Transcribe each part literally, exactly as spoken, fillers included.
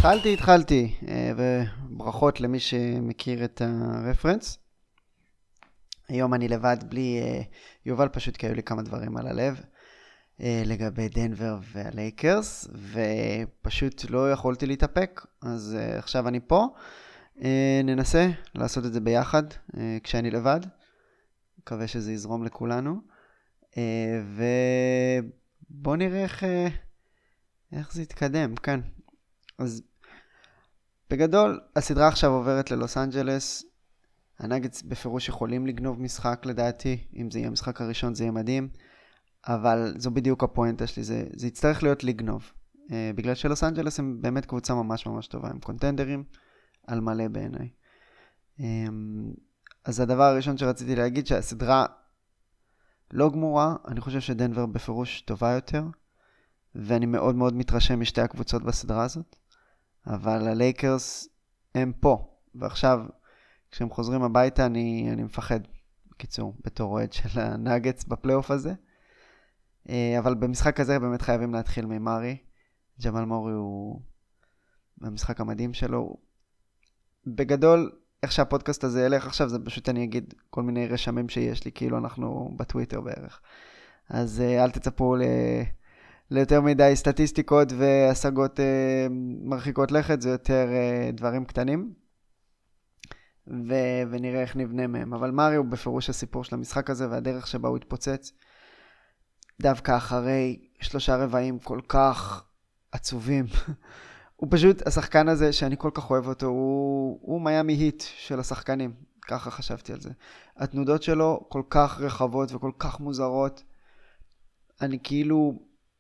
התחלתי, התחלתי, וברכות למי שמכיר את הרפרנס. היום אני לבד בלי יובל, פשוט כי היו לי כמה דברים על הלב לגבי דנבר והלייקרס, ופשוט לא יכולתי להתאפק, אז עכשיו אני פה. ננסה לעשות את זה ביחד כשאני לבד, מקווה שזה יזרום לכולנו, ובוא נראה איך, איך זה יתקדם, כן. אז בגדול, הסדרה עכשיו עוברת ללוס אנג'לס. הנאגטס בפירוש יכולים לגנוב משחק לדעתי, אם זה יהיה המשחק הראשון זה יהיה מדהים, אבל זו בדיוק הפואנטה שלי, זה, זה יצטרך להיות לגנוב, uh, בגלל שלוס אנג'לס הם באמת קבוצה ממש ממש טובה, הם קונטנדרים על מלא בעיניי. Um, אז הדבר הראשון שרציתי להגיד שהסדרה לא גמורה, אני חושב שדנבר בפירוש טובה יותר, ואני מאוד מאוד מתרשם משתי הקבוצות בסדרה הזאת, אבל הלייקרס הם פה, ועכשיו כשהם חוזרים הביתה אני, אני מפחד, בקיצור, בתור אוהד של הנאגטס בפלייאוף הזה. אבל במשחק הזה באמת חייבים להתחיל ממרי. ג'מאל מורי הוא במשחק המדהים שלו. בגדול, איך שהפודקאסט הזה ילך עכשיו, זה פשוט אני אגיד כל מיני רשמים שיש לי, כאילו אנחנו בטוויטר בערך. אז אל תצפו ל... ליותר מדי סטטיסטיקות והשגות uh, מרחיקות לכת, זה יותר uh, דברים קטנים, ו- ונראה איך נבנה מהם. אבל מרי הוא בפירוש הסיפור של המשחק הזה, והדרך שבה הוא התפוצץ, דווקא אחרי שלושה רבעים כל כך עצובים. הוא פשוט, השחקן הזה שאני כל כך אוהב אותו, הוא, הוא מיימי היט של השחקנים, ככה חשבתי על זה. התנודות שלו כל כך רחבות וכל כך מוזרות, אני כאילו...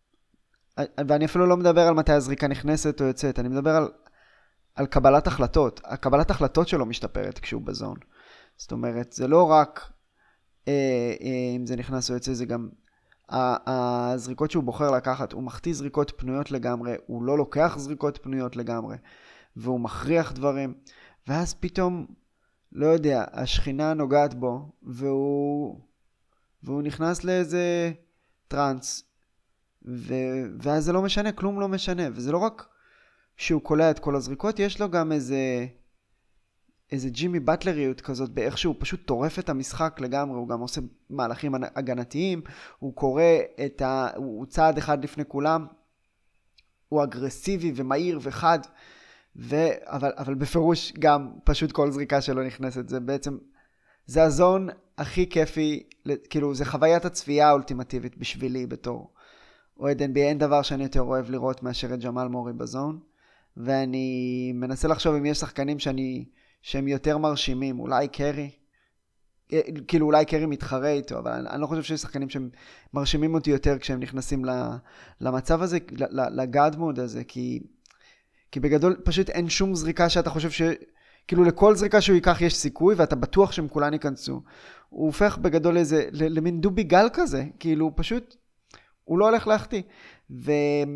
ואני אפילו לא מדבר על מתי הזריקה נכנסת או יוצאת, אני מדבר על, על קבלת החלטות. הקבלת החלטות שלו משתפרת כשהוא בזון. זאת אומרת, זה לא רק אה, אה, אם זה נכנס או יוצא, זה גם הזריקות שהוא בוחר לקחת. הוא מחטיא זריקות פנויות לגמרי, הוא לא לוקח זריקות פנויות לגמרי, והוא מכריח דברים, ואז פתאום, לא יודע, השכינה נוגעת בו, והוא, והוא נכנס לאיזה טרנס, ו- ואז זה לא משנה, כלום לא משנה, וזה לא רק שהוא קולע את כל הזריקות, יש לו גם איזה איזה ג'ימי בטלריות כזאת, באיך שהוא פשוט טורף את המשחק לגמרי, הוא גם עושה מהלכים הגנתיים, הוא קורא את ה... הוא צעד אחד לפני כולם, הוא אגרסיבי ומהיר וחד, ו... אבל, אבל בפירוש גם פשוט כל זריקה שלו נכנסת, זה בעצם, זה הזון הכי כיפי, כאילו זה חוויית הצפייה האולטימטיבית בשבילי בתור אוהד אן בי איי, אין דבר שאני יותר אוהב לראות מאשר את ג'מאל מורי בזון, ואני מנסה לחשוב אם יש שחקנים שאני, שהם יותר מרשימים, אולי קרי, כאילו אולי קרי מתחרה איתו, אבל אני, אני לא חושב שיש שחקנים שהם מרשימים אותי יותר כשהם נכנסים למצב הזה, לגאד מוד הזה, כי, כי בגדול פשוט אין שום זריקה שאתה חושב ש... כאילו לכל זריקה שהוא ייקח יש סיכוי, ואתה בטוח שהם כולן ייכנסו. הוא הופך בגדול איזה, למין דובי גל כזה, כאילו פשוט... הוא לא הולך להחטיא, ולא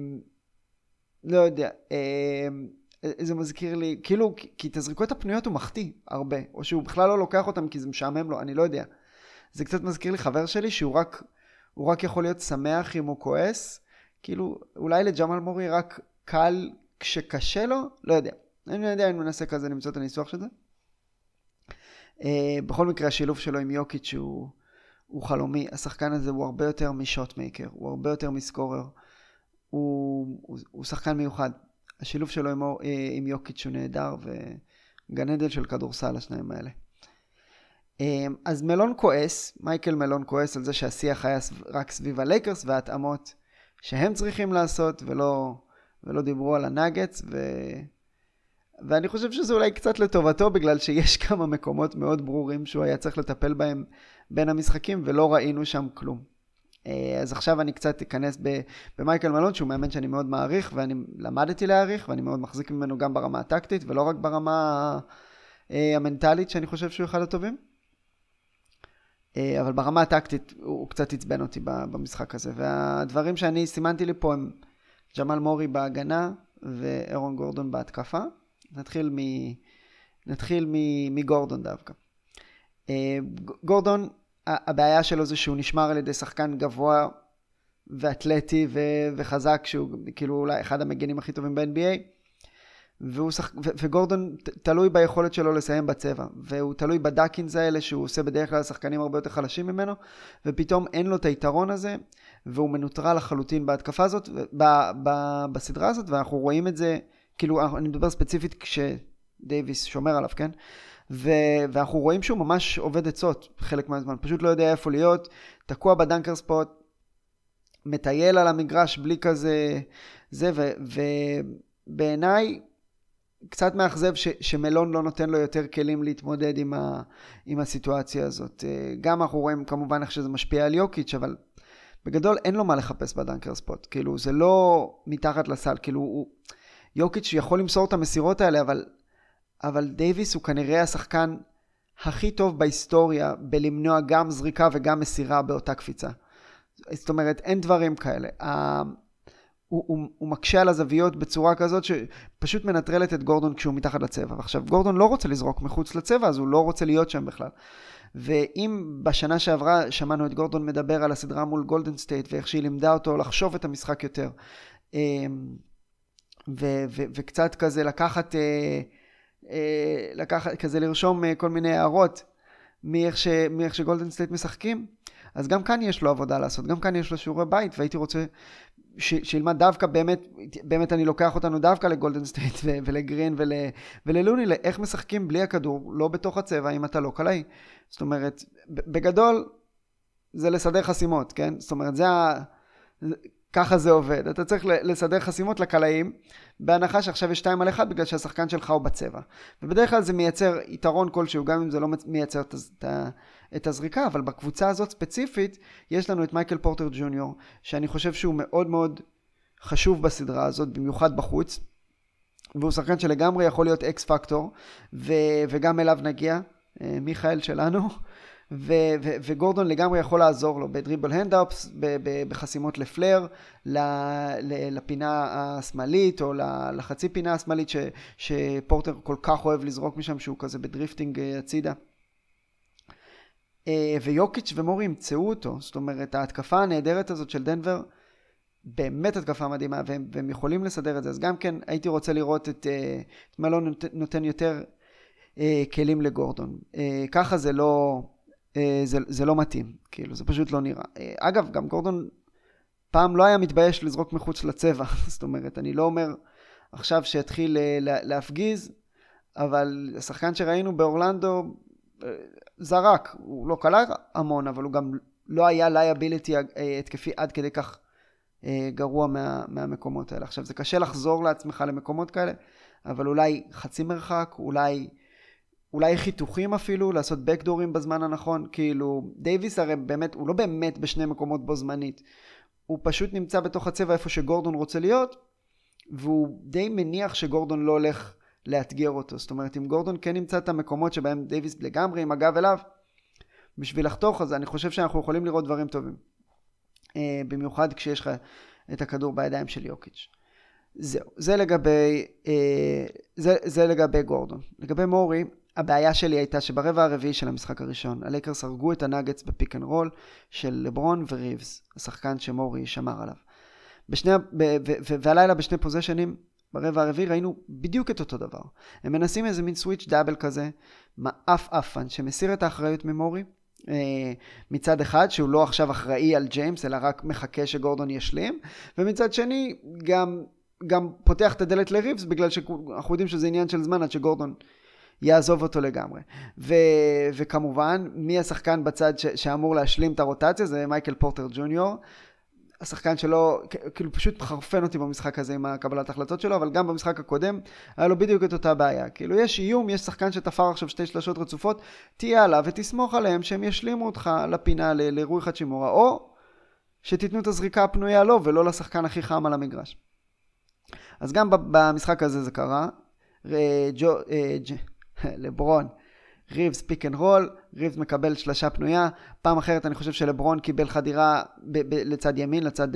יודע, זה מזכיר לי, כאילו, כי את הזריקות הפנויות הוא מחטיא הרבה, או שהוא בכלל לא לוקח אותם כי זה משעמם לו, אני לא יודע. זה קצת מזכיר לי חבר שלי שהוא רק, הוא רק יכול להיות שמח אם הוא כועס, כאילו, אולי לג'מאל מורי רק קל כשקשה לו, לא יודע. אני לא יודע, אני מנסה כזה למצוא את הניסוח של זה. בכל מקרה, השילוב שלו עם יוקיץ' הוא... הוא חלומי, השחקן הזה הוא הרבה יותר משוט מייקר, הוא הרבה יותר מסקורר, הוא, הוא, הוא שחקן מיוחד. השילוב שלו עם, עם יוקיץ' הוא נהדר, וגן עדן של כדורסל השניים האלה. אז מלון כועס, מייקל מלון כועס על זה שהשיח היה רק סביב הלייקרס, וההתאמות שהם צריכים לעשות, ולא, ולא דיברו על הנאגטס, ו... ואני חושב שזה אולי קצת לטובתו, בגלל שיש כמה מקומות מאוד ברורים שהוא היה צריך לטפל בהם בין המשחקים, ולא ראינו שם כלום. אז עכשיו אני קצת אכנס במייקל מלון, שהוא מאמן שאני מאוד מעריך, ואני למדתי להעריך, ואני מאוד מחזיק ממנו גם ברמה הטקטית, ולא רק ברמה המנטלית, שאני חושב שהוא אחד הטובים. אבל ברמה הטקטית הוא קצת הצבן אותי במשחק הזה, והדברים שאני סימנתי לי פה הם ג'מאל מורי בהגנה, ואירון גורדון בהתקפה. נתחיל, מ... נתחיל מ... מגורדון דווקא. גורדון, הבעיה שלו זה שהוא נשמר על ידי שחקן גבוה ואתלטי ו... וחזק, שהוא כאילו אולי אחד המגנים הכי טובים ב-אן בי איי, והוא שח... ו... וגורדון ת... תלוי ביכולת שלו לסיים בצבע, והוא תלוי בדאקינס האלה שהוא עושה בדרך כלל שחקנים הרבה יותר חלשים ממנו, ופתאום אין לו את היתרון הזה, והוא מנוטרל לחלוטין בהתקפה הזאת, ב... ב... בסדרה הזאת, ואנחנו רואים את זה, כאילו אני מדבר ספציפית כשדייביס שומר עליו, כן? ו... ואנחנו רואים שהוא ממש עובד עצות חלק מהזמן, פשוט לא יודע איפה להיות, תקוע בדנקר ספוט, מטייל על המגרש בלי כזה, זה, ו... ובעיניי, קצת מאכזב ש, שמלון לא נותן לו יותר כלים להתמודד עם, ה, עם הסיטואציה הזאת. גם אנחנו רואים כמובן איך שזה משפיע על יוקיץ', אבל בגדול אין לו מה לחפש בדנקר ספוט. כאילו זה לא מתחת לסל. כאילו הוא, יוקיץ' יכול למסור את המסירות האלה, אבל, אבל דייביס הוא כנראה השחקן הכי טוב בהיסטוריה בלמנוע גם זריקה וגם מסירה באותה קפיצה. זאת אומרת, אין דברים כאלה. הוא, הוא, הוא מקשה על הזוויות בצורה כזאת שפשוט מנטרלת את גורדון כשהוא מתחת לצבע. ועכשיו, גורדון לא רוצה לזרוק מחוץ לצבע, אז הוא לא רוצה להיות שם בכלל. ואם בשנה שעברה שמענו את גורדון מדבר על הסדרה מול גולדן סטייט, ואיך שהיא לימדה אותו לחשוב את המשחק יותר, ו, ו, וקצת כזה לקחת, לקחת, כזה לרשום כל מיני הערות מאיך, ש, מאיך שגולדן סטייט משחקים, אז גם כאן יש לו עבודה לעשות, גם כאן יש לו שיעורי בית, והייתי רוצה ש, שילמד דווקא, באמת, באמת אני לוקח אותנו דווקא לגולדן סטייט ו, ולגרין ול, וללוני, לאיך משחקים בלי הכדור, לא בתוך הצבע, אם אתה לא קלעי. זאת אומרת, בגדול, זה לסדר חסימות, כן? זאת אומרת, זה ה... ככה זה עובד. אתה צריך לסדר חסימות לקלעים, בהנחה שעכשיו יש שתיים על אחד, בגלל שהשחקן שלך הוא בצבע. ובדרך כלל זה מייצר יתרון כלשהו, גם אם זה לא מייצר את הזריקה, אבל בקבוצה הזאת ספציפית, יש לנו את מייקל פורטר ג'וניור, שאני חושב שהוא מאוד מאוד חשוב בסדרה הזאת, במיוחד בחוץ, והוא שחקן שלגמרי יכול להיות אקס פקטור, וגם אליו נגיע, מיכאל שלנו, ו- ו- וגורדון לגמרי יכול לעזור לו בדריבל הנדאפס, ב- ב- בחסימות לפלר, ל- ל- לפינה השמאלית או ל- לחצי פינה השמאלית ש- שפורטר כל כך אוהב לזרוק משם, שהוא כזה בדריפטינג הצידה. ויוקיץ' ומורי ימצאו אותו, זאת אומרת ההתקפה הנהדרת הזאת של דנבר, באמת התקפה מדהימה, והם, והם יכולים לסדר את זה. אז גם כן הייתי רוצה לראות את, את מלון נותן יותר כלים לגורדון. ככה זה לא... זה, זה לא מתאים, כאילו, זה פשוט לא נראה. אגב, גם גורדון פעם לא היה מתבייש לזרוק מחוץ לצבע, זאת אומרת, אני לא אומר עכשיו שיתחיל להפגיז, אבל השחקן שראינו באורלנדו זרק, הוא לא קלע המון, אבל הוא גם לא היה לייביליטי התקפי עד כדי כך גרוע מה, מהמקומות האלה. עכשיו, זה קשה לחזור לעצמך למקומות כאלה, אבל אולי חצי מרחק, אולי... אולי חיתוכים אפילו, לעשות בקדורים בזמן הנכון, כאילו, דייביס הרי באמת, הוא לא באמת בשני מקומות בו זמנית, הוא פשוט נמצא בתוך הצבע איפה שגורדון רוצה להיות, והוא די מניח שגורדון לא הולך לאתגר אותו, זאת אומרת, אם גורדון כן נמצא את המקומות שבהם דייביס לגמרי עם הגב אליו, בשביל לחתוך, אז אני חושב שאנחנו יכולים לראות דברים טובים, במיוחד כשיש לך את הכדור בידיים של יוקיץ'. זהו, זה לגבי, זה, זה לגבי גורדון. לגבי מורי, הבעיה שלי הייתה שברבע הרביעי של המשחק הראשון, הלייקרס הרגו את הנאגטס בפיק אנד רול של לברון וריבס, השחקן שמורי שמר עליו. בשני, ב, ו, ו, והלילה בשני פוזיישנים, ברבע הרביעי ראינו בדיוק את אותו דבר. הם מנסים איזה מין סוויץ' דאבל כזה, מאף אפן, שמסיר את האחריות ממורי, מצד אחד שהוא לא עכשיו אחראי על ג'יימס, אלא רק מחכה שגורדון ישלים, ומצד שני גם, גם פותח את הדלת לריבס, בגלל שאנחנו יודעים שזה עניין של זמן עד שגורדון יעזוב אותו לגמרי. ו, וכמובן, מי השחקן בצד ש, שאמור להשלים את הרוטציה? זה מייקל פורטר ג'וניור, השחקן שלו, כאילו פשוט חרפן אותי במשחק הזה עם הקבלת החלטות שלו, אבל גם במשחק הקודם היה לו בדיוק את אותה בעיה. כאילו יש איום, יש שחקן שתפר עכשיו שתי שלשות רצופות, תהיה עליו ותסמוך עליהם שהם ישלימו אותך לפינה, לרוי חצ'ימורה, או שתיתנו את הזריקה הפנויה לו ולא לשחקן הכי חם על המגרש. אז גם במשחק הזה זה קרה, ג'ו, ג', לברון, ריבס פיק אנד רול, ריבס מקבל שלשה פנויה, פעם אחרת אני חושב שלברון קיבל חדירה ב- ב- לצד ימין, לצד,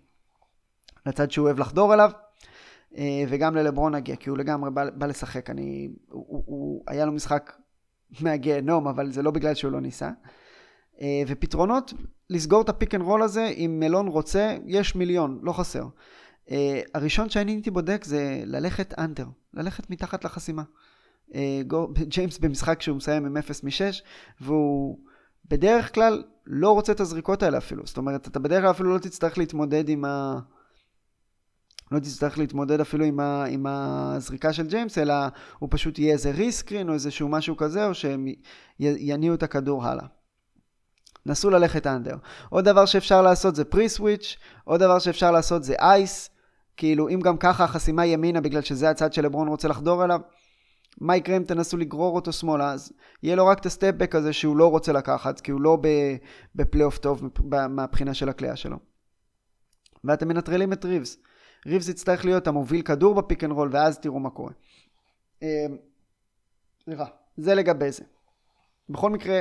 לצד שהוא אוהב לחדור אליו, וגם ללברון הגיע, כי הוא לגמרי בא, בא לשחק, אני, הוא, הוא, הוא, היה לו משחק מהגיהנום, אבל זה לא בגלל שהוא לא ניסה, ופתרונות לסגור את הפיק אנד רול הזה, אם מלון רוצה, יש מיליון, לא חסר. Uh, הראשון שאני הייתי בודק זה ללכת אנדר, ללכת מתחת לחסימה. Uh, ג'יימס במשחק שהוא מסיים עם אפס משש, והוא בדרך כלל לא רוצה את הזריקות האלה אפילו. זאת אומרת, אתה בדרך כלל אפילו לא תצטרך להתמודד עם ה... לא תצטרך להתמודד אפילו עם, ה... עם הזריקה של ג'יימס, אלא הוא פשוט יהיה איזה ריסקרין או איזשהו משהו כזה, או שהם יניעו את הכדור הלאה. נסו ללכת אנדר. עוד דבר שאפשר לעשות זה פרי-סוויץ', עוד דבר שאפשר לעשות זה אייס, כאילו אם גם ככה החסימה ימינה בגלל שזה הצד שלברון רוצה לחדור אליו, מה יקרה אם תנסו לגרור אותו שמאלה, אז יהיה לו רק את הסטפ-בק הזה שהוא לא רוצה לקחת, כי הוא לא בפלייאוף טוב מהבחינה של הקליעה שלו. ואתם מנטרלים את ריבס. ריבס יצטרך להיות המוביל כדור בפיק אנד רול, ואז תראו מה קורה. סליחה, זה לגבי זה. בכל מקרה,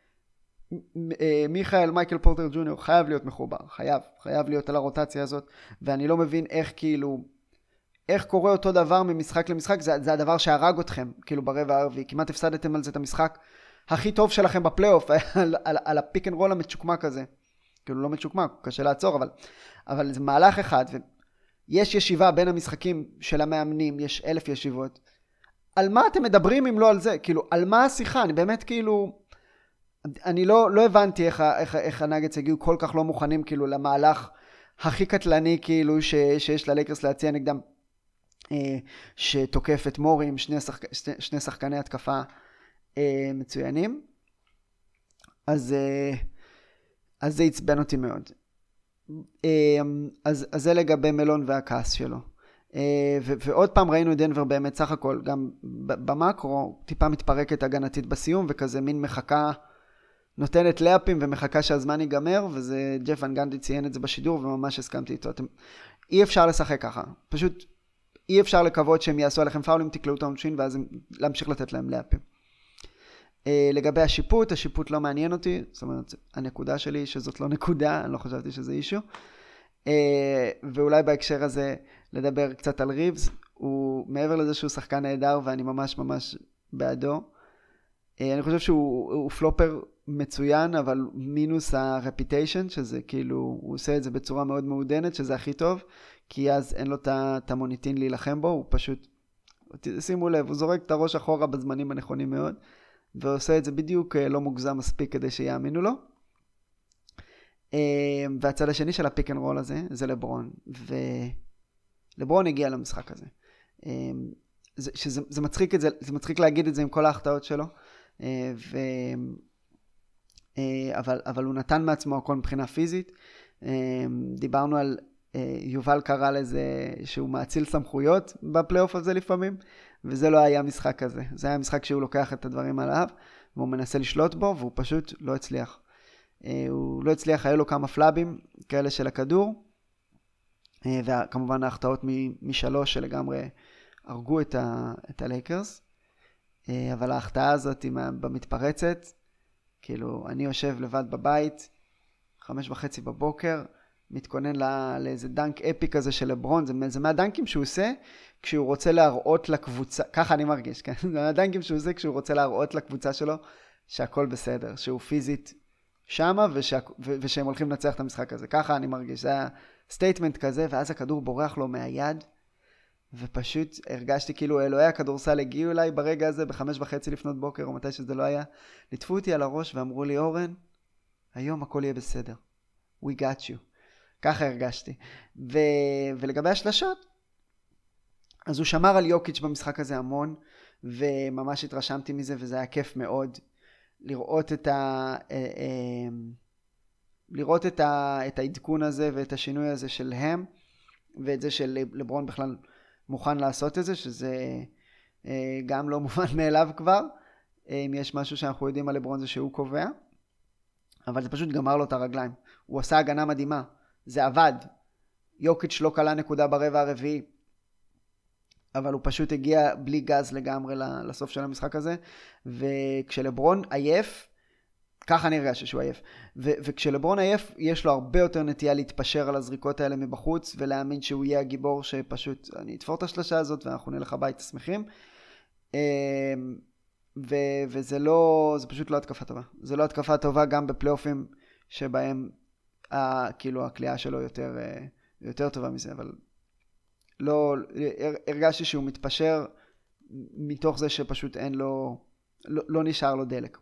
מיכאל מייקל פורטר ג'וניור חייב להיות מחובר, חייב, חייב להיות על הרוטציה הזאת, ואני לא מבין איך כאילו, איך קורה אותו דבר ממשחק למשחק, זה, זה הדבר שהרג אתכם, כאילו ברבע הרביעי, כמעט הפסדתם על זה את המשחק הכי טוב שלכם בפלייאוף, על, על, על הפיק אנד רול המצ'וקמק הזה, כאילו לא מצ'וקמק, קשה לעצור, אבל, אבל זה מהלך אחד, ויש ישיבה בין המשחקים של המאמנים, יש אלף ישיבות, על מה אתם מדברים אם לא על זה, כאילו, על מה השיחה, אני באמת כאילו, אני לא, לא הבנתי איך, איך, איך הנאגטס הגיעו כל כך לא מוכנים כאילו למהלך הכי קטלני כאילו ש, שיש ללייקרס להציע נגדם, אה, שתוקף את מורי עם שני, שחק, שני, שני שחקני התקפה אה, מצוינים. אז, אה, אז זה עצבן אותי מאוד. אה, אז, אז זה לגבי מלון והכעס שלו. אה, ו, ועוד פעם ראינו את דנבר באמת סך הכל, גם במקרו טיפה מתפרקת הגנתית בסיום וכזה מין מחכה, נותנת לאפים ומחכה שהזמן ייגמר, וזה ג'ף ון גנדי ציין את זה בשידור, וממש הסכמתי איתו. אתם, אי אפשר לשחק ככה. פשוט אי אפשר לקוות שהם יעשו עליכם פאולים, תקלעו את העונשין, ואז להמשיך לתת להם לאפים. Uh, לגבי השיפוט, השיפוט לא מעניין אותי, זאת אומרת, הנקודה שלי שזאת לא נקודה, אני לא חשבתי שזה אישו. Uh, ואולי בהקשר הזה לדבר קצת על ריבס, הוא מעבר לזה שהוא שחקן נהדר, ואני ממש ממש בעדו. Uh, אני חושב שהוא הוא פלופר מצוין, אבל מינוס הרפיטיישן, שזה כאילו, הוא עושה את זה בצורה מאוד מעודנת, שזה הכי טוב, כי אז אין לו את המוניטין להילחם בו, הוא פשוט, שימו לב, הוא זורק את הראש אחורה בזמנים הנכונים מאוד, ועושה את זה בדיוק לא מוגזם מספיק כדי שיאמינו לו. והצד השני של הפיק אנד רול הזה, זה לברון, ולברון הגיע למשחק הזה. שזה, זה מצחיק את זה, זה מצחיק להגיד את זה עם כל ההחטאות שלו, ו... אבל, אבל הוא נתן מעצמו הכל מבחינה פיזית. דיברנו על, יובל קרא לזה שהוא מאציל סמכויות בפלייאוף הזה לפעמים, וזה לא היה משחק כזה. זה היה משחק שהוא לוקח את הדברים עליו, והוא מנסה לשלוט בו, והוא פשוט לא הצליח. הוא לא הצליח, היה לו כמה פלאבים כאלה של הכדור, וכמובן ההחטאות משלוש שלגמרי הרגו את, ה, את הלייקרס, אבל ההחטאה הזאת במתפרצת, כאילו, אני יושב לבד בבית, חמש וחצי בבוקר, מתכונן לא, לאיזה דנק אפי כזה של לברון, זה, זה מהדנקים שהוא עושה כשהוא רוצה להראות לקבוצה, ככה אני מרגיש, כן? זה מהדנקים שהוא עושה כשהוא רוצה להראות לקבוצה שלו שהכל בסדר, שהוא פיזית שמה ושה, ו, ושהם הולכים לנצח את המשחק הזה, ככה אני מרגיש, זה היה סטייטמנט כזה, ואז הכדור בורח לו מהיד, ופשוט הרגשתי כאילו אלוהי הכדורסל הגיעו אליי ברגע הזה בחמש וחצי לפנות בוקר או מתי שזה לא היה, ליטפו אותי על הראש ואמרו לי אורן, היום הכל יהיה בסדר, we got you, ככה הרגשתי. ו... ולגבי השלשות, אז הוא שמר על יוקיץ' במשחק הזה המון, וממש התרשמתי מזה וזה היה כיף מאוד לראות את ה... לראות את, ה... את העדכון הזה ואת השינוי הזה של הם, ואת זה של לברון בכלל מוכן לעשות את זה, שזה אה, גם לא מובן מאליו כבר. אה, אם יש משהו שאנחנו יודעים על לברון זה שהוא קובע, אבל זה פשוט גמר לו את הרגליים. הוא עשה הגנה מדהימה, זה עבד. יוקיץ' לא קלה נקודה ברבע הרביעי, אבל הוא פשוט הגיע בלי גז לגמרי לסוף של המשחק הזה, וכשלברון עייף, ככה אני הרגש שהוא עייף. ו- וכשלברון עייף, יש לו הרבה יותר נטייה להתפשר על הזריקות האלה מבחוץ, ולהאמין שהוא יהיה הגיבור שפשוט, אני אתפור את השלשה הזאת, ואנחנו נלך הביתה שמחים. ו- וזה לא, זה פשוט לא התקפה טובה. זה לא התקפה טובה גם בפלייאופים, שבהם, ה- כאילו, הקליעה שלו יותר, יותר טובה מזה, אבל לא, הרגשתי שהוא מתפשר מתוך זה שפשוט אין לו, לא, לא נשאר לו דלק.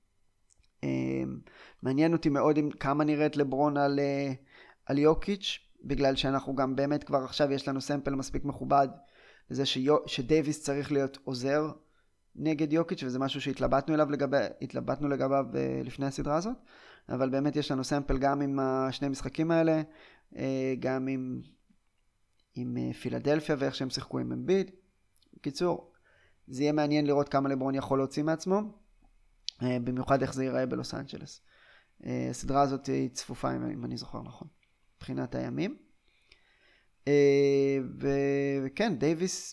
מעניין אותי מאוד עם כמה נראית לברון על, על יוקיץ', בגלל שאנחנו גם באמת כבר עכשיו יש לנו סמפל מספיק מכובד לזה שיו, שדייביס צריך להיות עוזר נגד יוקיץ', וזה משהו שהתלבטנו אליו לגבי, התלבטנו לגביו לפני הסדרה הזאת, אבל באמת יש לנו סמפל גם עם השני משחקים האלה, גם עם, עם פילדלפיה ואיך שהם שיחקו עם אמביד. בקיצור, זה יהיה מעניין לראות כמה לברון יכול להוציא מעצמו, במיוחד איך זה ייראה בלוס אנג'לס. הסדרה הזאת היא צפופה, אם אני זוכר נכון, מבחינת הימים. וכן, דייביס,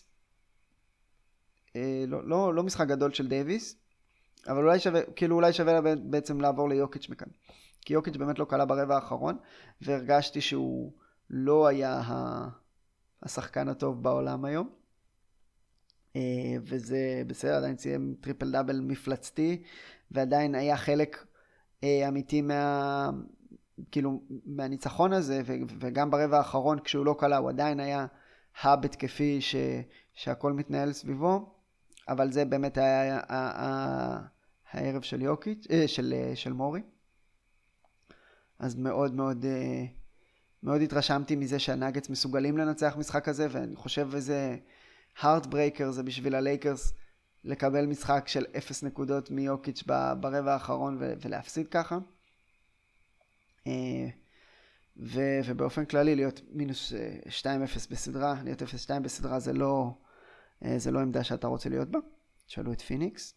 לא, לא, לא משחק גדול של דייביס, אבל אולי שווה, כאילו אולי שווה בעצם לעבור ליוקיץ' מכאן. כי יוקיץ' באמת לא קלה ברבע האחרון, והרגשתי שהוא לא היה השחקן הטוב בעולם היום. וזה בסדר, עדיין סיים טריפל דאבל מפלצתי, ועדיין היה חלק אמיתי מה, כאילו, מהניצחון הזה, וגם ברבע האחרון כשהוא לא קלה, הוא עדיין היה האב התקפי ש, שהכל מתנהל סביבו, אבל זה באמת היה הערב של יוקיץ', של, של מורי. אז מאוד מאוד, מאוד התרשמתי מזה שהנאגטס מסוגלים לנצח משחק כזה, ואני חושב איזה heartbreaker זה בשביל הלייקרס לקבל משחק של אפס נקודות מיוקיץ' ברבע האחרון ולהפסיד ככה. ו- ובאופן כללי להיות מינוס שתיים אפס בסדרה, להיות אפס שתיים בסדרה זה לא, זה לא עמדה שאתה רוצה להיות בה. שאלו את פיניקס.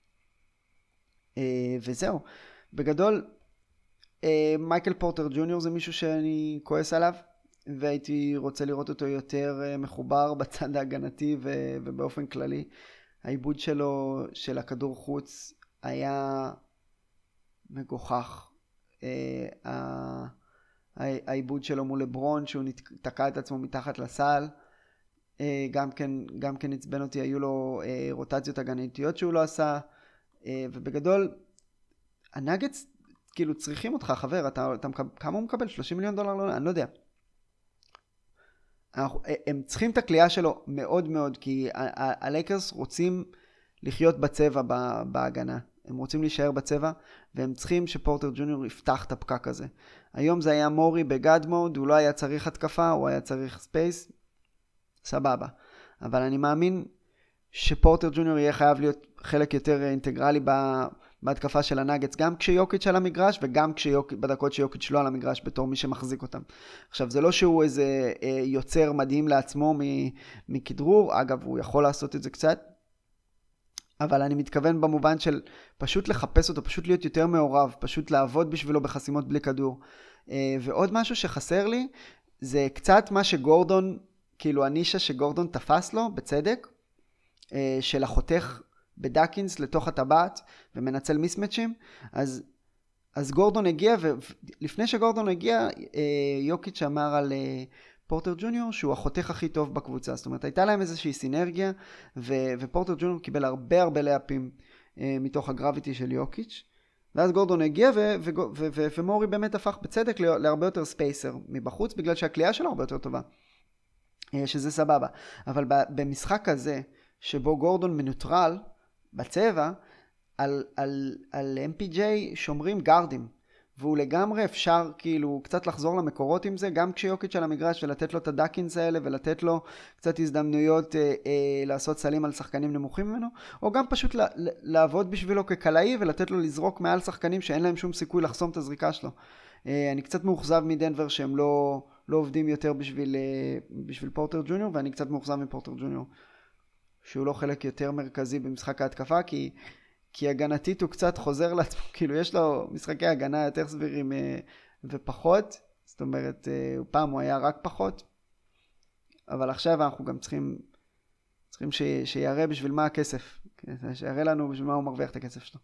וזהו. בגדול, מייקל פורטר ג'וניור זה מישהו שאני כועס עליו, והייתי רוצה לראות אותו יותר מחובר בצד ההגנתי ו- ובאופן כללי. העיבוד שלו, של הכדור חוץ, היה מגוחך. העיבוד שלו מול לברון, שהוא תקע את עצמו מתחת לסל, גם כן, גם כן הצבן אותי, היו לו רוטציות הגנתיות שהוא לא עשה, ובגדול, הנאגטס כאילו צריכים אותך, חבר, אתה, אתה, כמה הוא מקבל? שלושים מיליון דולר? לא, אני לא יודע. הם צריכים את הקליעה שלו מאוד מאוד, כי הלייקרס רוצים לחיות בצבע בהגנה. הם רוצים להישאר בצבע, והם צריכים שפורטר ג'וניור יפתח את הפקק הזה. היום זה היה מורי בגאד מוד, הוא לא היה צריך התקפה, הוא היה צריך ספייס, סבבה. אבל אני מאמין שפורטר ג'וניור יהיה חייב להיות חלק יותר אינטגרלי בהתקפה של הנאגטס, גם כשיוקיץ' על המגרש, וגם בדקות שיוקיץ' לא על המגרש, בתור מי שמחזיק אותם. עכשיו, זה לא שהוא איזה יוצר מדהים לעצמו מכדרור, אגב, הוא יכול לעשות את זה קצת, אבל אני מתכוון במובן של פשוט לחפש אותו, פשוט להיות יותר מעורב, פשוט לעבוד בשבילו בחסימות בלי כדור. ועוד משהו שחסר לי, זה קצת מה שגורדון, כאילו הנישה שגורדון תפס לו, בצדק, של החותך בדקינס לתוך הטבעת, ומנצל מיסמצ'ים. אז, אז גורדון הגיע, ולפני שגורדון הגיע, יוקיץ' אמר על פורטר ג'וניור, שהוא החותך הכי טוב בקבוצה. זאת אומרת, הייתה להם איזושהי סינרגיה, ו- ופורטר ג'וניור קיבל הרבה הרבה לאפים אה, מתוך הגרביטי של יוקיץ'. ואז גורדון הגיע, ו- ו- ו- ו- ומורי באמת הפך בצדק להרבה יותר ספייסר מבחוץ, בגלל שהקליעה שלו הרבה יותר טובה. אה, שזה סבבה. אבל ב- במשחק הזה, שבו גורדון מנוטרל בצבע, על, על, על אם פי ג'יי שומרים גארדים. והוא לגמרי אפשר כאילו קצת לחזור למקורות עם זה, גם כשיוקיץ' על המגרש, ולתת לו את הדקינס האלה, ולתת לו קצת הזדמנויות אה, אה, לעשות סלים על שחקנים נמוכים ממנו, או גם פשוט לה, לעבוד בשבילו כקלעי, ולתת לו לזרוק מעל שחקנים שאין להם שום סיכוי לחסום את הזריקה שלו. אה, אני קצת מאוכזב מדנבר שהם לא, לא עובדים יותר בשביל, אה, בשביל פורטר ג'וניור, ואני קצת מאוכזב מפורטר ג'וניור, שהוא לא חלק יותר מרכזי במשחק ההתקפה, כי... כי הגנתית הוא קצת חוזר לעצמו, כאילו יש לו משחקי הגנה יותר סבירים ופחות, זאת אומרת, פעם הוא היה רק פחות, אבל עכשיו אנחנו גם צריכים, צריכים ש, שיראה בשביל מה הכסף, שיראה לנו בשביל מה הוא מרוויח את הכסף שלו.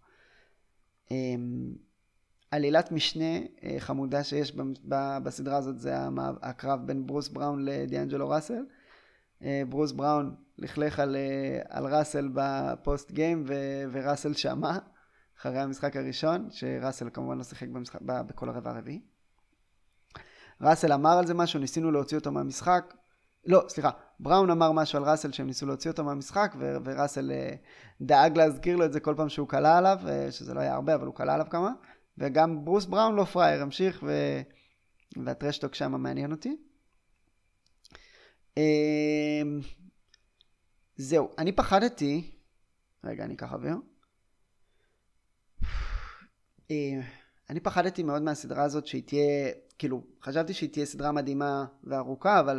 עלילת משנה חמודה שיש בסדרה הזאת, זה הקרב בין ברוס בראון לדיאנג'לו ראסל. ברוס בראון לכלך על, על ראסל בפוסט גיים, ו, וראסל שמה אחרי המשחק הראשון, שראסל כמובן לא שיחק במשחק, בכל הרבע הרביעי. ראסל אמר על זה משהו, ניסינו להוציא אותו מהמשחק, לא, סליחה, בראון אמר משהו על ראסל שהם ניסו להוציא אותו מהמשחק, ו- וראסל דאג להזכיר לו את זה כל פעם שהוא קלה עליו, שזה לא היה הרבה, אבל הוא קלה עליו כמה, וגם ברוס בראון לא פרייר, המשיך, ו- והטרשטוק שם מעניין אותי. זהו, אני פחדתי, רגע, אני אקח אוויר. אני פחדתי מאוד מהסדרה הזאת שהיא תהיה, כאילו, חשבתי שהיא תהיה סדרה מדהימה וארוכה, אבל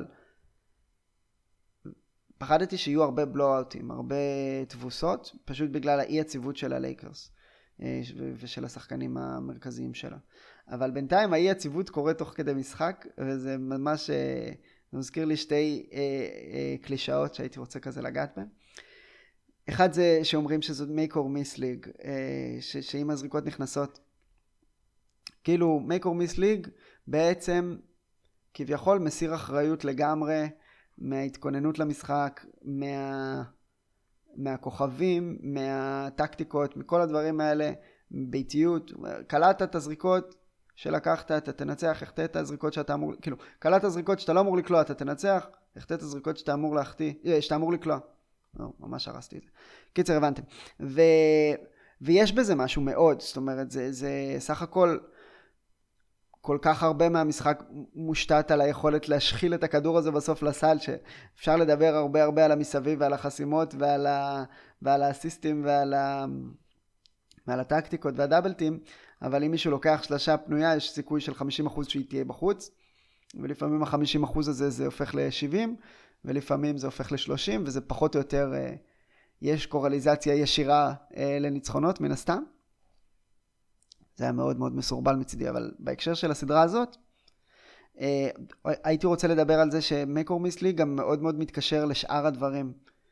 פחדתי שיהיו הרבה בלואוטים, הרבה תבוסות, פשוט בגלל האי יציבות של הלייקרס ושל השחקנים המרכזיים שלה. אבל בינתיים האי יציבות קורה תוך כדי משחק, וזה ממש, זה מזכיר לי שתי קלישאות שהייתי רוצה כזה לגעת בהן. אחד זה שאומרים שזאת make or miss league, שאם הזריקות נכנסות, כאילו make or miss league בעצם כביכול מסיר אחריות לגמרי מההתכוננות למשחק, מה, מהכוכבים, מהטקטיקות, מכל הדברים האלה, ביתיות, קלעת את הזריקות שלקחת, אתה תנצח, החטא את הזריקות שאתה אמור, כאילו, קלעת הזריקות שאתה לא אמור לקלוע, אתה תנצח, החטא את הזריקות שאתה אמור להחטיא, שאתה אמור לקלוע. לא, ממש הרסתי את זה. קיצר, הבנתם. ו... ויש בזה משהו מאוד, זאת אומרת, זה, זה סך הכל, כל כך הרבה מהמשחק מושתת על היכולת להשחיל את הכדור הזה בסוף לסל, שאפשר לדבר הרבה הרבה על המסביב ועל החסימות ועל, ה... ועל האסיסטים ועל, ה... ועל הטקטיקות והדאבלטים, אבל אם מישהו לוקח שלשה פנויה, יש סיכוי של חמישים אחוז שהיא תהיה בחוץ, ולפעמים ה-חמישים אחוז הזה זה הופך ל-שבעים, ולפעמים זה הופך ל-שלושים, וזה פחות או יותר, יש קורליזציה ישירה לניצחונות מן הסתם. זה היה מאוד מאוד מסורבל מצידי, אבל בהקשר של הסדרה הזאת, הייתי רוצה לדבר על זה ש-Make or Miss League גם מאוד מאוד מתקשר לשאר הדברים,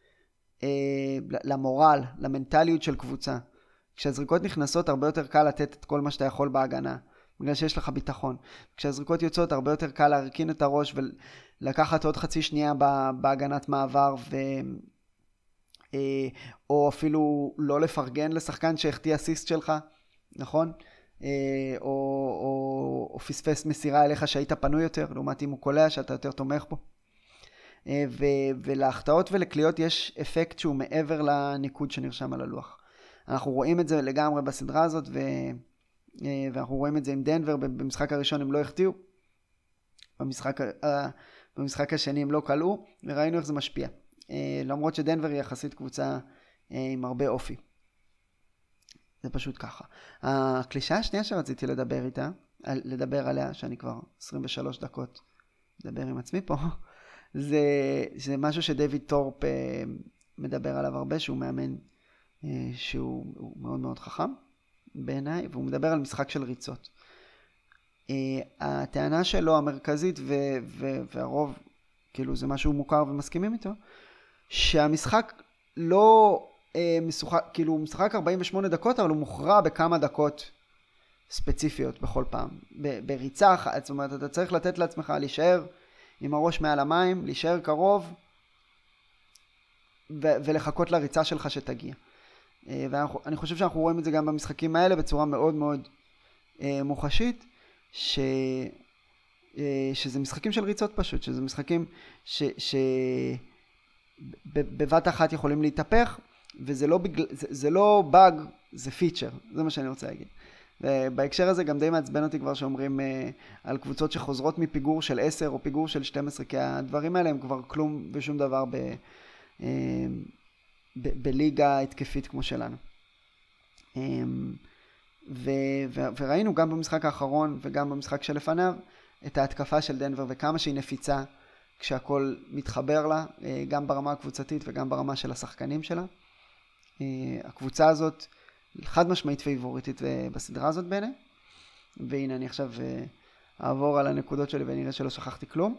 למורל, למנטליות של קבוצה. כשהזריקות נכנסות, הרבה יותר קל לתת את כל מה שאתה יכול בהגנה, בגלל שיש לך ביטחון. כשהזריקות יוצאות, הרבה יותר קל להרכין את הראש ולקחת עוד חצי שנייה בהגנת מעבר, ו... או אפילו לא לפרגן לשחקן שהחטיא אסיסט שלך, נכון? או, או, או פספס מסירה אליך שהיית פנוי יותר, לעומת אם הוא קולע שאתה יותר תומך בו. ו... ולהחטאות ולקליות יש אפקט שהוא מעבר לניקוד שנרשם על הלוח. אנחנו רואים את זה לגמרי בסדרה הזאת, ו... ואנחנו רואים את זה עם דנבר, במשחק הראשון הם לא החטיאו, במשחק, במשחק השני הם לא קלעו, וראינו איך זה משפיע. למרות שדנבר היא יחסית קבוצה עם הרבה אופי. זה פשוט ככה. הקלישה השנייה שרציתי לדבר איתה, לדבר עליה, שאני כבר עשרים ושלוש דקות לדבר עם עצמי פה, זה, זה משהו שדויד טורפ מדבר עליו הרבה, שהוא מאמן שהוא מאוד מאוד חכם בעיניי, והוא מדבר על משחק של ריצות. הטענה שלו המרכזית ו- ו- והרוב, כאילו זה משהו מוכר ומסכימים איתו, שהמשחק לא משוחק, כאילו הוא משחק ארבעים ושמונה דקות, אבל הוא מוכרע בכמה דקות ספציפיות בכל פעם. ב- בריצה, זאת אומרת, אתה צריך לתת לעצמך להישאר עם הראש מעל המים, להישאר קרוב, ו- ולחכות לריצה שלך שתגיע. ואני חושב שאנחנו רואים את זה גם במשחקים האלה בצורה מאוד מאוד מוחשית, ש... שזה משחקים של ריצות פשוט, שזה משחקים ש... ש... בבת אחת יכולים להתהפך, וזה לא, בגל... זה, זה לא באג, זה פיצ'ר, זה מה שאני רוצה להגיד. ובהקשר הזה גם די מעצבן אותי כבר שאומרים על קבוצות שחוזרות מפיגור של עשר או פיגור של שתים עשרה, כי הדברים האלה הם כבר כלום ושום דבר ב... ב- בליגה התקפית כמו שלנו. ו- ו- וראינו גם במשחק האחרון וגם במשחק שלפניו את ההתקפה של דנבר וכמה שהיא נפיצה כשהכל מתחבר לה, גם ברמה הקבוצתית וגם ברמה של השחקנים שלה. הקבוצה הזאת חד משמעית פייבוריטית בסדרה הזאת בעיני. והנה אני עכשיו אעבור על הנקודות שלי ונראה שלא שכחתי כלום.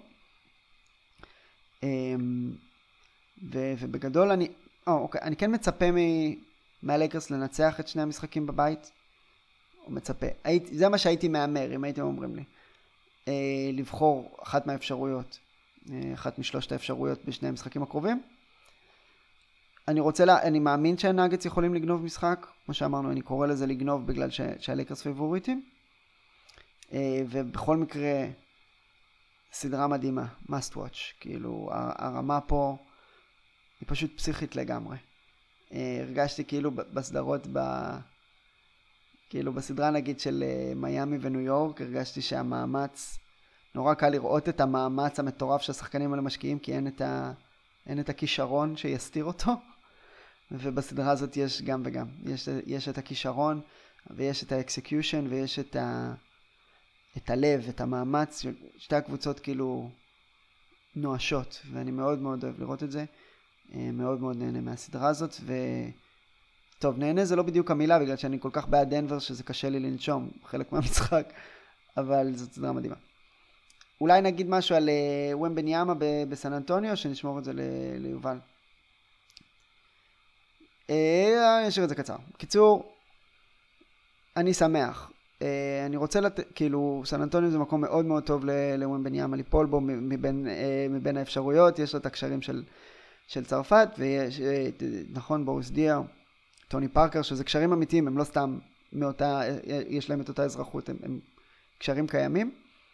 ו- ובגדול אני Oh, אוקיי. אני כן מצפה מהלייקרס לנצח את שני המשחקים בבית. או מצפה. הייתי, זה מה שהייתי מאמר, אם הייתם אומרים לי. אה, לבחור אחת מהאפשרויות. אה, אחת משלושת האפשרויות בשני המשחקים הקרובים. אני רוצה, לה, אני מאמין שהנאגטס יכולים לגנוב משחק. כמו שאמרנו, אני קורא לזה לגנוב בגלל ש, שהלייקרס פייבוריטים. אה, ובכל מקרה, סדרה מדהימה, must watch, כאילו הרמה פה היא פשוט פסיכית לגמרי. הרגשתי כאילו בסדרות, ב... כאילו בסדרה נגיד של מיימי וניו יורק, הרגשתי שהמאמץ, נורא קל לראות את המאמץ המטורף שהשחקנים האלה משקיעים, כי אין את, ה... אין את הכישרון שיסתיר אותו, ובסדרה הזאת יש גם וגם. יש, יש את הכישרון, ויש את האקסקיושן, ויש את, ה... את הלב, את המאמץ, שתי הקבוצות כאילו נואשות, ואני מאוד מאוד אוהב לראות את זה. מאוד מאוד נהנה מהסדרה הזאת, וטוב, נהנה זה לא בדיוק המילה, בגלל שאני כל כך בעד דנבר שזה קשה לי לנשום, חלק מהמשחק, אבל זאת סדרה מדהימה. אולי נגיד משהו על ומבניאמה בסן אנטוניו, שנשמור את זה ליובל. אני אשאיר את זה קצר. קיצור, אני שמח. אני רוצה לתת, כאילו, סן אנטוניו זה מקום מאוד מאוד טוב לוומבניאמה ליפול בו, מבין, מבין האפשרויות, יש לו את הקשרים של של צרפת, ויש, נכון, בוריס דיאר, טוני פארקר, שזה קשרים אמיתיים, הם לא סתם מאותה, יש להם את אותה אזרחות, הם, הם קשרים קיימים.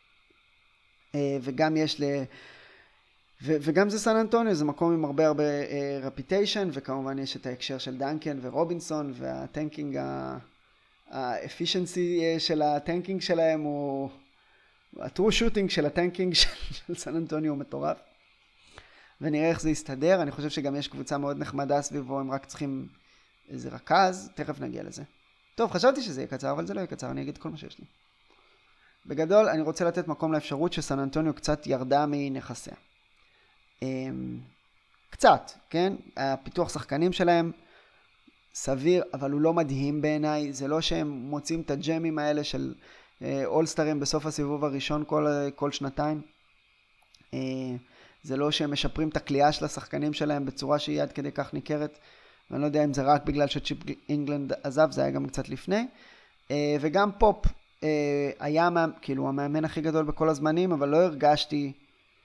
וגם יש ל... ו, וגם זה סן אנטוניו, זה מקום עם הרבה הרבה רפיטיישן, וכמובן יש את ההקשר של דנקן ורובינסון, והטנקינג, האפישנסי של הטנקינג שלהם, הוא... הטרו שוטינג של הטנקינג של סן אנטוניו הוא מטורף. ונראה איך זה יסתדר. אני חושב שגם יש קבוצה מאוד נחמדה סביבו, הם רק צריכים איזה רכז, תכף נגיע לזה. טוב, חשבתי שזה יהיה קצר, אבל זה לא יהיה קצר, אני אגיד כל מה שיש לי. בגדול, אני רוצה לתת מקום לאפשרות שסן אנטוניו קצת ירדה מנכסיה. קצת, כן? הפיתוח שחקנים שלהם סביר, אבל הוא לא מדהים בעיניי. זה לא שהם מוצאים את הג'מים האלה של אולסטרים בסוף הסיבוב הראשון כל, כל שנתיים. זה לא שהם משפרים את הקליעה של השחקנים שלהם בצורה שהיא עד כדי כך ניכרת, ואני לא יודע אם זה רק בגלל שצ'יפ אינגלנד עזב, זה היה גם קצת לפני. וגם פופ היה כאילו המאמן הכי גדול בכל הזמנים, אבל לא הרגשתי,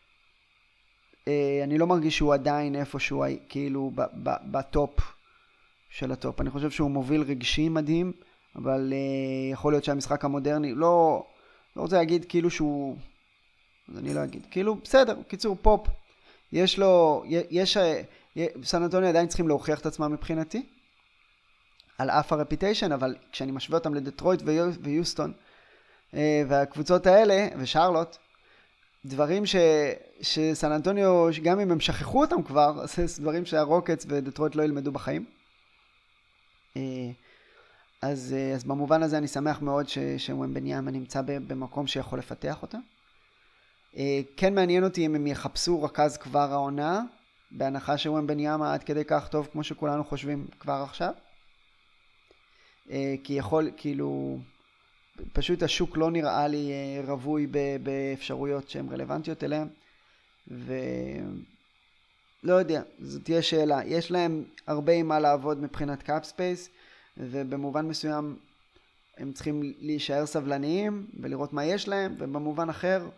אני לא מרגיש שהוא עדיין איפשהו כאילו בטופ של הטופ. אני חושב שהוא מוביל רגשי מדהים, אבל יכול להיות שהמשחק המודרני, לא, לא רוצה להגיד כאילו שהוא... אז אני לא אגיד. כאילו, בסדר, קיצור, פופ. יש לו, יש, סן אנטוניו עדיין צריכים להוכיח את עצמם מבחינתי, על אף הרפיטיישן, אבל כשאני משווה אותם לדטרויט ויוסטון, והקבוצות האלה, ושרלוט, דברים ש, שסן אנטוניו, גם אם הם שכחו אותם כבר, זה דברים שהרוקטס ודטרויט לא ילמדו בחיים. אז, אז במובן הזה אני שמח מאוד שוומבניאמה נמצא במקום שיכול לפתח אותם. כן מעניין אותי אם הם יחפשו רכז כבר העונה, בהנחה שוומבניאמה עד כדי כך טוב כמו שכולנו חושבים כבר עכשיו. כי יכול, כאילו, פשוט השוק לא נראה לי רבוי באפשרויות שהן רלוונטיות אליהם, ולא יודע, זאת תהיה שאלה. יש להם הרבה עם מה לעבוד מבחינת קאפ ספייס, ובמובן מסוים הם צריכים להישאר סבלניים ולראות מה יש להם, ובמובן אחר,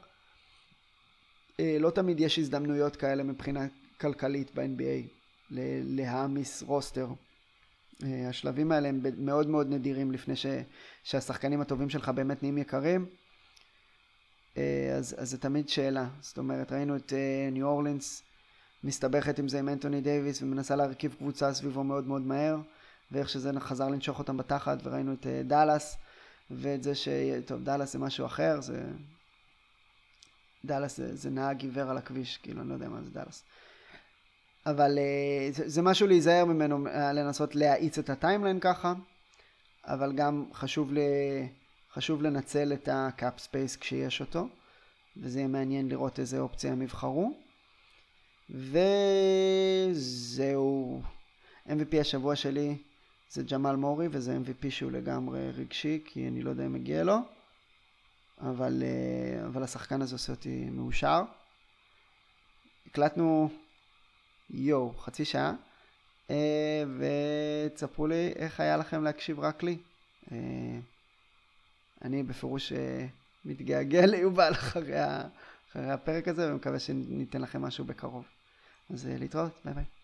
לא תמיד יש הזדמנויות כאלה מבחינה כלכלית ב-אן בי איי להעמיס רוסטר. השלבים האלה הם מאוד מאוד נדירים לפני ש, שהשחקנים הטובים שלך באמת נהיים יקרים. אז, אז זה תמיד שאלה. זאת אומרת, ראינו את ניו אורלינס מסתבכת עם זה עם אנטוני דייביס ומנסה להרכיב קבוצה סביבו מאוד מאוד מהר, ואיך שזה חזר לנשוך אותם בתחת, וראינו את דלס, ואת זה ש... טוב, דלס זה משהו אחר, זה... דלס זה, זה נהג עיוור על הכביש, כאילו אני לא יודע מה זה דלס. אבל זה, זה משהו להיזהר ממנו, לנסות להאיץ את הטיימליין ככה, אבל גם חשוב, ל, חשוב לנצל את הקאפ ספייס כשיש אותו, וזה יהיה מעניין לראות איזה אופציה הם יבחרו. וזהו, אם וי פי השבוע שלי זה ג'מאל מורי, וזה אם וי פי שהוא לגמרי רגשי, כי אני לא יודע אם מגיע לו, אבל, אבל השחקן הזה עושה אותי מאושר. הקלטנו יו, חצי שעה, ותספרו לי איך היה לכם להקשיב רק לי. אני בפירוש מתגעגע ליובל אחרי, אחרי הפרק הזה, ומקווה שניתן לכם משהו בקרוב. אז להתראות, ביי ביי.